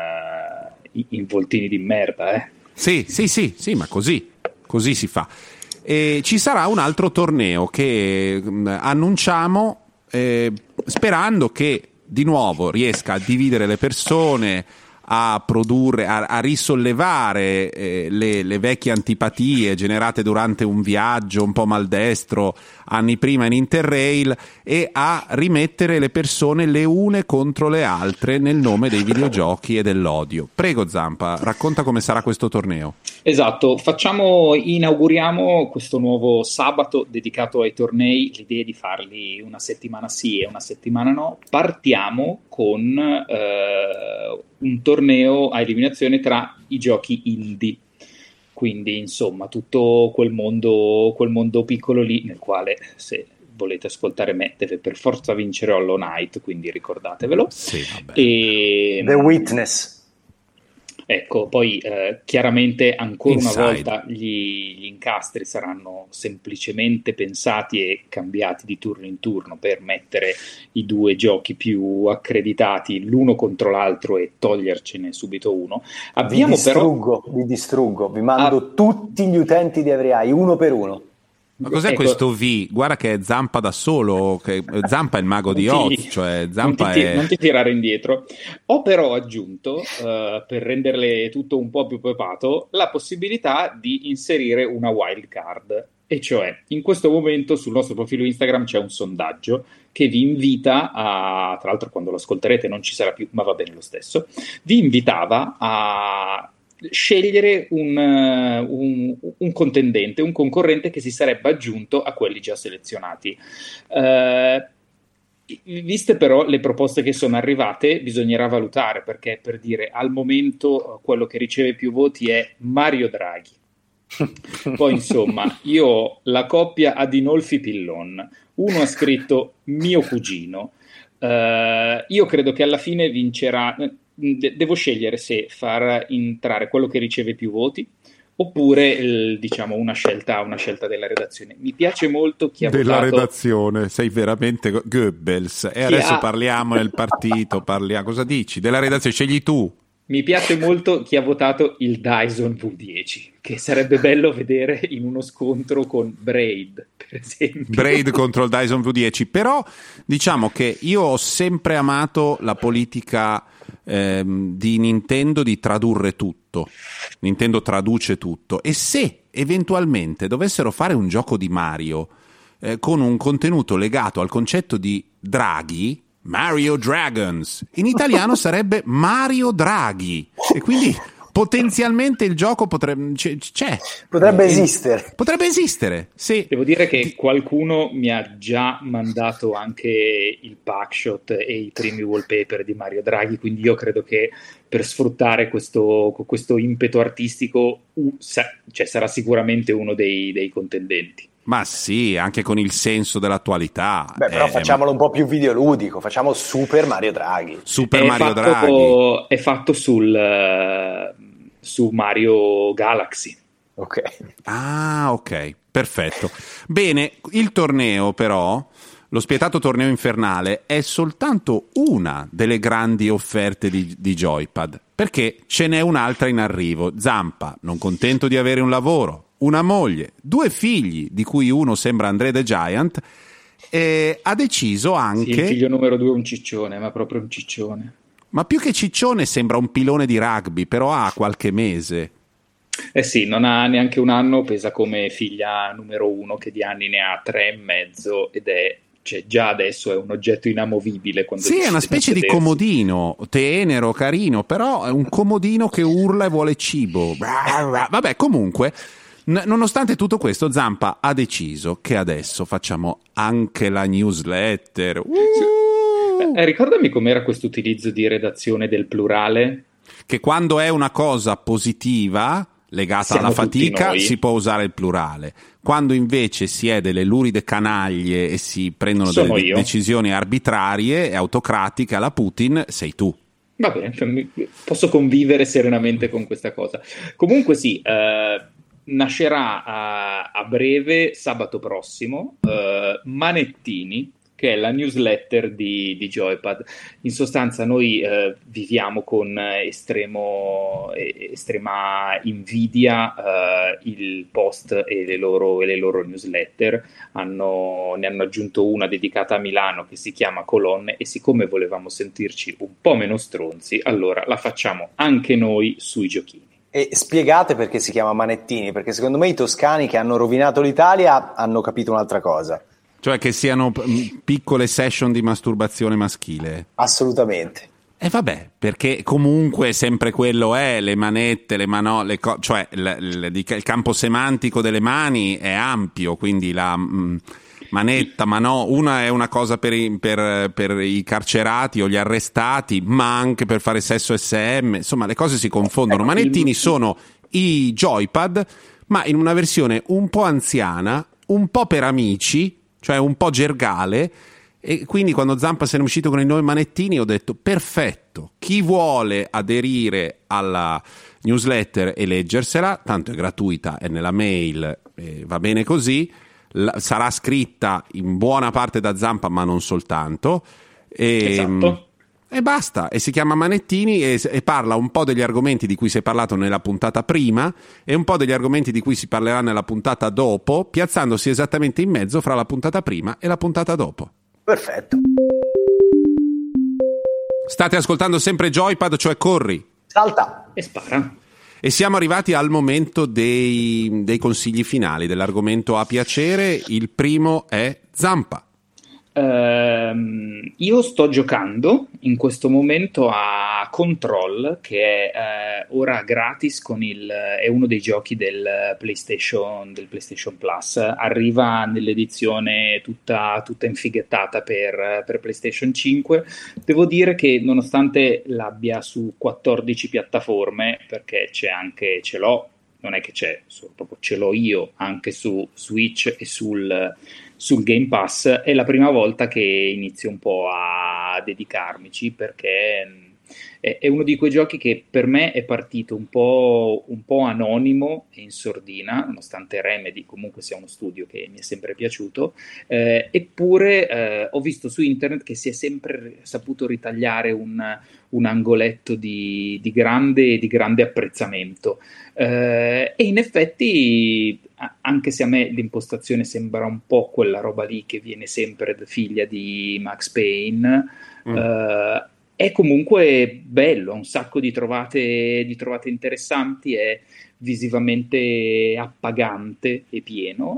uh, in voltini di merda, eh. Sì, sì, sì, sì, ma così, così si fa. E ci sarà un altro torneo che mh, annunciamo, eh, sperando che di nuovo riesca a dividere le persone, a produrre, a, a risollevare eh, le, le vecchie antipatie generate durante un viaggio un po' maldestro anni prima in Interrail, e a rimettere le persone le une contro le altre nel nome dei videogiochi e dell'odio. Prego Zampa, racconta come sarà questo torneo. Esatto, facciamo, inauguriamo questo nuovo sabato dedicato ai tornei. L'idea è di farli una settimana sì e una settimana no. Partiamo con eh, un torneo a eliminazione tra i giochi indie, quindi insomma tutto quel mondo, quel mondo piccolo lì, nel quale, se volete ascoltare me deve per forza vincere Hollow Knight, quindi ricordatevelo. Sì, vabbè. E... The Witness. Ecco, poi eh, chiaramente ancora Inside. una volta gli, gli incastri saranno semplicemente pensati e cambiati di turno in turno per mettere i due giochi più accreditati l'uno contro l'altro e togliercene subito uno. Abbiamo vi distruggo, però... vi distruggo, vi mando Ah. tutti gli utenti di Everyeye uno per uno. Ma cos'è Ecco, questo V? Guarda che è Zampa da solo, che Zampa è il mago di non ti- Oz, cioè non Zampa ti, è... non ti tirare indietro. Ho però aggiunto, eh, per renderle tutto un po' più pepato, la possibilità di inserire una wild card. E cioè, in questo momento sul nostro profilo Instagram c'è un sondaggio che vi invita a, tra l'altro quando lo ascolterete non ci sarà più, ma va bene lo stesso, vi invitava a scegliere un, uh, un, un contendente, un concorrente che si sarebbe aggiunto a quelli già selezionati. Uh, viste però le proposte che sono arrivate, bisognerà valutare, perché per dire al momento quello che riceve più voti è Mario Draghi. Poi insomma, io ho la coppia Adinolfi Pillon, uno ha scritto mio cugino. Uh, io credo che alla fine vincerà. De- devo scegliere se far entrare quello che riceve più voti oppure il, diciamo una scelta, una scelta della redazione. Mi piace molto chi ha della votato... redazione, sei veramente Goebbels. E adesso ha... parliamo del partito, parliamo... cosa dici? Della redazione, scegli tu. Mi piace molto chi ha votato il Dyson V dieci, che sarebbe bello vedere in uno scontro con Braid, per esempio. Braid contro il Dyson V dieci, però diciamo che io ho sempre amato la politica ehm, di Nintendo di tradurre tutto. Nintendo traduce tutto, e se eventualmente dovessero fare un gioco di Mario eh, con un contenuto legato al concetto di draghi, Mario Dragons, in italiano sarebbe Mario Draghi, e quindi potenzialmente il gioco potrebbe c'è, c'è. Potrebbe Eh, esistere. potrebbe esistere, sì. Devo dire che qualcuno mi ha già mandato anche il packshot e i primi wallpaper di Mario Draghi, quindi io credo che per sfruttare questo, questo impeto artistico uh, sa, cioè sarà sicuramente uno dei, dei contendenti. Ma sì, anche con il senso dell'attualità. Beh, però eh, facciamolo un po' più videoludico, facciamo Super Mario Draghi. Super È Mario fatto, Draghi. è fatto sul, eh, su Mario Galaxy. Ok. Ah, ok, perfetto. Bene, il torneo però, lo spietato torneo infernale, è soltanto una delle grandi offerte di, di Joypad, perché ce n'è un'altra in arrivo. Zampa, non contento di avere un lavoro, una moglie, due figli, di cui uno sembra André the Giant, eh, ha deciso anche... Sì, il figlio numero due è un ciccione, ma proprio un ciccione. Ma più che ciccione sembra un pilone di rugby, però ha qualche mese. Eh sì, non ha neanche un anno, pesa come figlia numero uno, che di anni ne ha tre e mezzo, ed è, cioè, già adesso è un oggetto inamovibile. Quando Sì, è una specie di sedersi. comodino, tenero, carino, però è un comodino che urla e vuole cibo. Vabbè, comunque, n- nonostante tutto questo, Zampa ha deciso che adesso facciamo anche la newsletter. Uh! Eh, ricordami com'era questo utilizzo di redazione del plurale? Che quando è una cosa positiva legata Siamo alla tutti fatica noi. si può usare il plurale. Quando invece si è delle luride canaglie e si prendono Sono delle io. decisioni arbitrarie e autocratiche alla Putin, sei tu. Va bene, cioè, mi- posso convivere serenamente con questa cosa. Comunque sì, eh, nascerà a, a breve, sabato prossimo, eh, Manettini, che è la newsletter di, di Joypad. In sostanza noi eh, viviamo con estremo, eh, estrema invidia eh, il post e le loro, e le loro newsletter. Hanno, ne hanno aggiunto una dedicata a Milano che si chiama Colonne, e siccome volevamo sentirci un po' meno stronzi, allora la facciamo anche noi sui giochini. E spiegate perché si chiama Manettini, perché secondo me i toscani che hanno rovinato l'Italia hanno capito un'altra cosa. Cioè che siano p- piccole session di masturbazione maschile. Assolutamente. E vabbè, perché comunque sempre quello è, le manette, le mano, le co- cioè l- l- il campo semantico delle mani è ampio, quindi la mh, manetta, ma no, una è una cosa per i, per, per i carcerati o gli arrestati, ma anche per fare sesso S M, insomma le cose si confondono. Manettini sono i joypad, ma in una versione un po' anziana, un po' per amici, cioè un po' gergale. E quindi quando Zampa se ne è uscito con i nuovi manettini ho detto perfetto, chi vuole aderire alla newsletter e leggersela, tanto è gratuita, è nella mail, eh, va bene così, la, sarà scritta in buona parte da Zampa ma non soltanto, e, esatto. e basta, e si chiama Manettini e, e parla un po' degli argomenti di cui si è parlato nella puntata prima e un po' degli argomenti di cui si parlerà nella puntata dopo, piazzandosi esattamente in mezzo fra la puntata prima e la puntata dopo. Perfetto. State ascoltando sempre Joypad, cioè corri, salta e spara. E siamo arrivati al momento dei, dei consigli finali, dell'argomento a piacere. Il primo è Zampa. Uh, io sto giocando in questo momento a Control, che è uh, ora gratis con il è uno dei giochi del PlayStation del PlayStation Plus. Arriva nell'edizione tutta, tutta infighettata per, per PlayStation cinque. Devo dire che nonostante l'abbia su quattordici piattaforme, perché c'è anche ce l'ho, non è che c'è, solo proprio ce l'ho io anche su Switch e sul sul Game Pass, è la prima volta che inizio un po' a dedicarmici, perché è, è uno di quei giochi che per me è partito un po', un po' anonimo e in sordina, nonostante Remedy comunque sia uno studio che mi è sempre piaciuto, eh, eppure eh, ho visto su internet che si è sempre saputo ritagliare un, un angoletto di, di, grande, di grande apprezzamento. Eh, e in effetti, anche se a me l'impostazione sembra un po' quella roba lì che viene sempre figlia di Max Payne, mm. eh, è comunque bello, ha un sacco di trovate, di trovate interessanti, è visivamente appagante e pieno,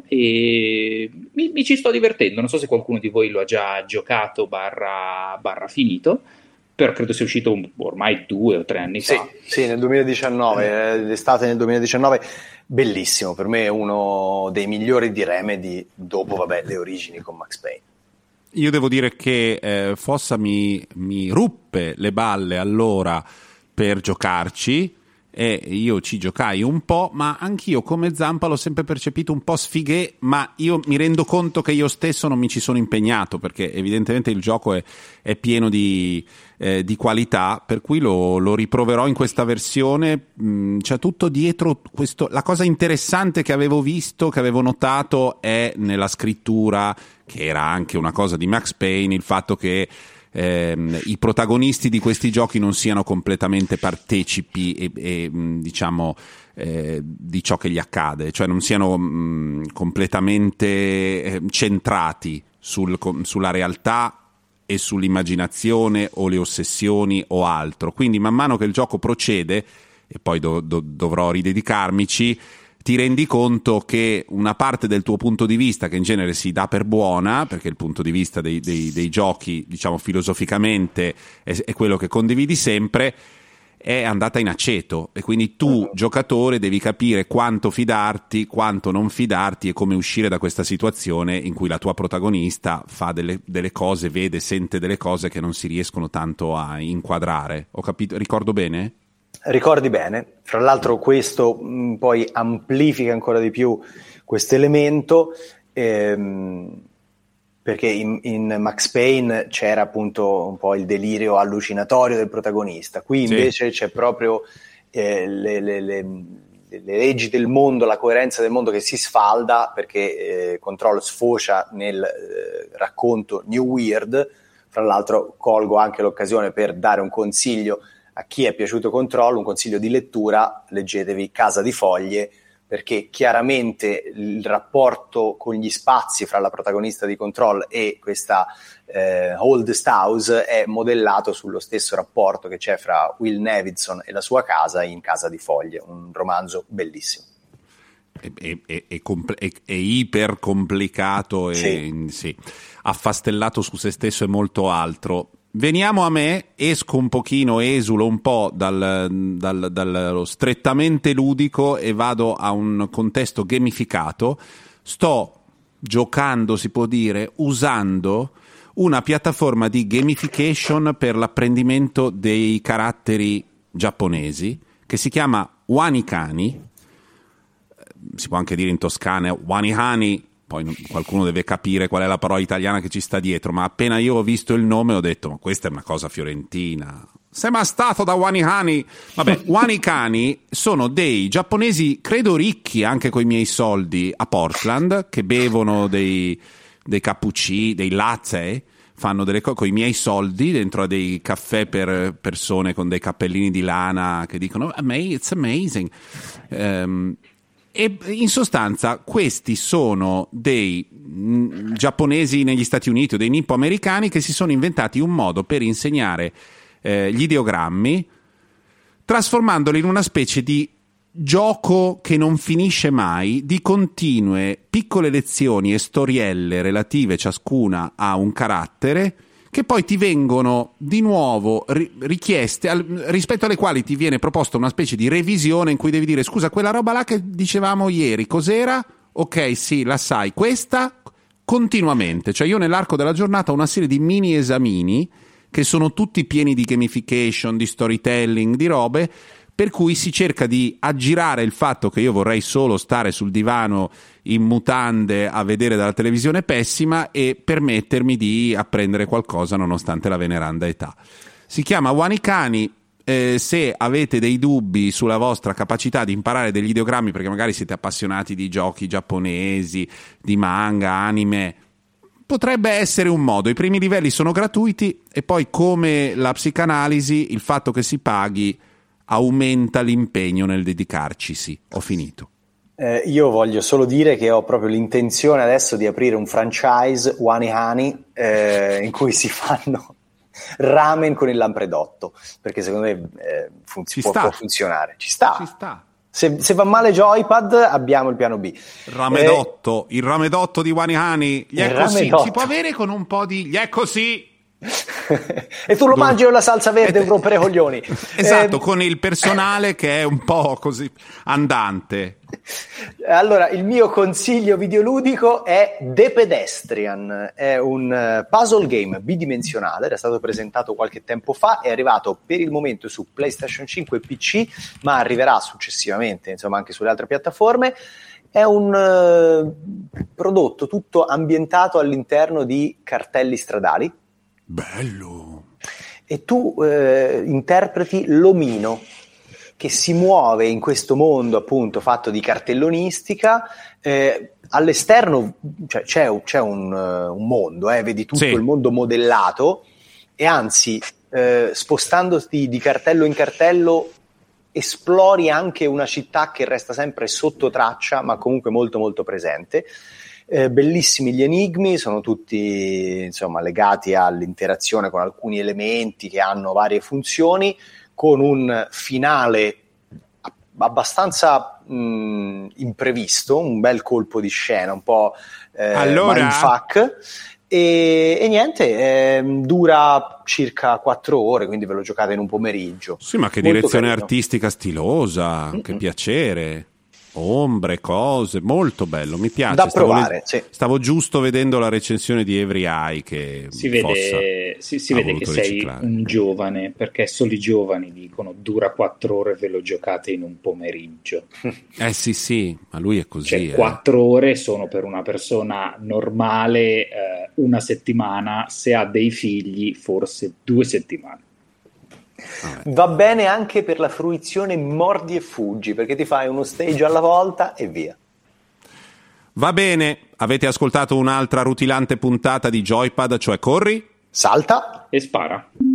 e mi, mi ci sto divertendo. Non so se qualcuno di voi lo ha già giocato barra, barra finito, però credo sia uscito ormai due o tre anni sì, fa. Sì, nel duemiladiciannove, l'estate nel duemiladiciannove, bellissimo, per me è uno dei migliori di Remedy, dopo vabbè le origini con Max Payne. Io devo dire che eh, Fossa mi, mi ruppe le balle allora per giocarci, e io ci giocai un po', ma anch'io come Zampa l'ho sempre percepito un po' sfighe, ma io mi rendo conto che io stesso non mi ci sono impegnato, perché evidentemente il gioco è, è pieno di, eh, di qualità, per cui lo, lo riproverò in questa versione. Mh, c'è tutto dietro questo. La cosa interessante che avevo visto, che avevo notato, è nella scrittura, che era anche una cosa di Max Payne, il fatto che Ehm, i protagonisti di questi giochi non siano completamente partecipi e, e diciamo eh, di ciò che gli accade, cioè non siano mh, completamente eh, centrati sul, sulla realtà e sull'immaginazione o le ossessioni o altro. Quindi man mano che il gioco procede, e poi do, do, dovrò ridedicarmici, ti rendi conto che una parte del tuo punto di vista, che in genere si dà per buona, perché il punto di vista dei, dei, dei giochi, diciamo filosoficamente, è, è quello che condividi sempre, è andata in aceto, e quindi tu, giocatore, devi capire quanto fidarti, quanto non fidarti e come uscire da questa situazione in cui la tua protagonista fa delle, delle cose, vede, sente delle cose che non si riescono tanto a inquadrare. Ho capito? Ricordo bene? Ricordi bene, fra l'altro questo mh, poi amplifica ancora di più questo elemento, ehm, perché in, in Max Payne c'era appunto un po' il delirio allucinatorio del protagonista, qui invece sì. C'è proprio eh, le, le, le, le leggi del mondo, la coerenza del mondo che si sfalda, perché eh, Control sfocia nel eh, racconto New Weird. Fra l'altro colgo anche l'occasione per dare un consiglio a chi è piaciuto Control, un consiglio di lettura: leggetevi Casa di Foglie, perché chiaramente il rapporto con gli spazi fra la protagonista di Control e questa eh, Oldest House è modellato sullo stesso rapporto che c'è fra Will Nevinson e la sua casa in Casa di Foglie, un romanzo bellissimo. È, è, è, compl- è, è iper complicato e sì. Sì, affastellato su se stesso e molto altro. Veniamo a me, esco un pochino, esulo un po' dal, dal, dallo strettamente ludico e vado a un contesto gamificato. Sto giocando, si può dire, usando una piattaforma di gamification per l'apprendimento dei caratteri giapponesi che si chiama Wanikani, si può anche dire in toscana Wanihani, poi qualcuno deve capire qual è la parola italiana che ci sta dietro, ma appena io ho visto il nome ho detto ma questa è una cosa fiorentina. Sembra stato da Wanihani. Vabbè, Wanikani sono dei giapponesi, credo ricchi anche coi miei soldi, a Portland, che bevono dei, dei cappuccini, dei latte, fanno delle cose con i miei soldi dentro a dei caffè per persone con dei cappellini di lana che dicono it's amazing. Um, e in sostanza questi sono dei mh, giapponesi negli Stati Uniti o dei nippo-americani che si sono inventati un modo per insegnare eh, gli ideogrammi trasformandoli in una specie di gioco che non finisce mai, di continue piccole lezioni e storielle relative ciascuna a un carattere che poi ti vengono di nuovo ri- richieste al- rispetto alle quali ti viene proposta una specie di revisione in cui devi dire scusa, quella roba là che dicevamo ieri cos'era? Ok, sì, la sai, questa continuamente, cioè io nell'arco della giornata ho una serie di mini esamini che sono tutti pieni di gamification, di storytelling, di robe per cui si cerca di aggirare il fatto che io vorrei solo stare sul divano in mutande a vedere dalla televisione pessima e permettermi di apprendere qualcosa nonostante la veneranda età. Si chiama Wanikani. Eh, se avete dei dubbi sulla vostra capacità di imparare degli ideogrammi, perché magari siete appassionati di giochi giapponesi, di manga, anime, potrebbe essere un modo. I primi livelli sono gratuiti e poi, come la psicanalisi, il fatto che si paghi aumenta l'impegno nel dedicarcisi. Ho finito. Eh, io voglio solo dire che ho proprio l'intenzione adesso di aprire un franchise Wanihani eh, in cui si fanno ramen con il lampredotto, perché secondo me eh, funzi- può, può funzionare. Ci sta. Ci sta. Se, se va male Joypad abbiamo il piano B. Ramedotto, eh, il ramedotto di Wanihani. Gli è così. Ramedotto. Si può avere con un po' di... Gli è così. E tu lo mangi con la salsa verde per rompere i coglioni. Esatto, eh, con il personale che è un po' così andante. Allora, il mio consiglio videoludico è The Pedestrian, è un puzzle game bidimensionale, era stato presentato qualche tempo fa, è arrivato per il momento su PlayStation cinque e P C, ma arriverà successivamente, insomma, anche sulle altre piattaforme. È un uh, prodotto tutto ambientato all'interno di cartelli stradali. Bello. E tu eh, interpreti l'omino che si muove in questo mondo appunto fatto di cartellonistica. Eh, all'esterno cioè, c'è, c'è un, un mondo, eh, vedi tutto sì. Il mondo modellato e anzi eh, spostandoti di cartello in cartello esplori anche una città che resta sempre sotto traccia ma comunque molto molto presente. Eh, bellissimi gli enigmi, sono tutti insomma legati all'interazione con alcuni elementi che hanno varie funzioni, con un finale abbastanza mh, imprevisto, un bel colpo di scena, un po' eh, allora... mindfuck. E, e niente, eh, dura circa quattro ore, quindi ve lo giocate in un pomeriggio. Sì, ma che molto direzione carino. Artistica stilosa, mm-hmm. Che piacere. Ombre, cose, molto bello, mi piace. Da stavo provare, le... sì. Stavo giusto vedendo la recensione di Every Eye che si vede, si, si vede che riciclare. Sei un giovane, perché solo i giovani dicono dura quattro ore, ve lo giocate in un pomeriggio. Eh sì sì, ma lui è così. Cioè, eh. quattro ore sono per una persona normale eh, una settimana, se ha dei figli forse due settimane. Vabbè. Va bene anche per la fruizione mordi e fuggi, perché ti fai uno stage alla volta e via. Va bene, avete ascoltato un'altra rutilante puntata di Joypad, cioè corri, salta e spara.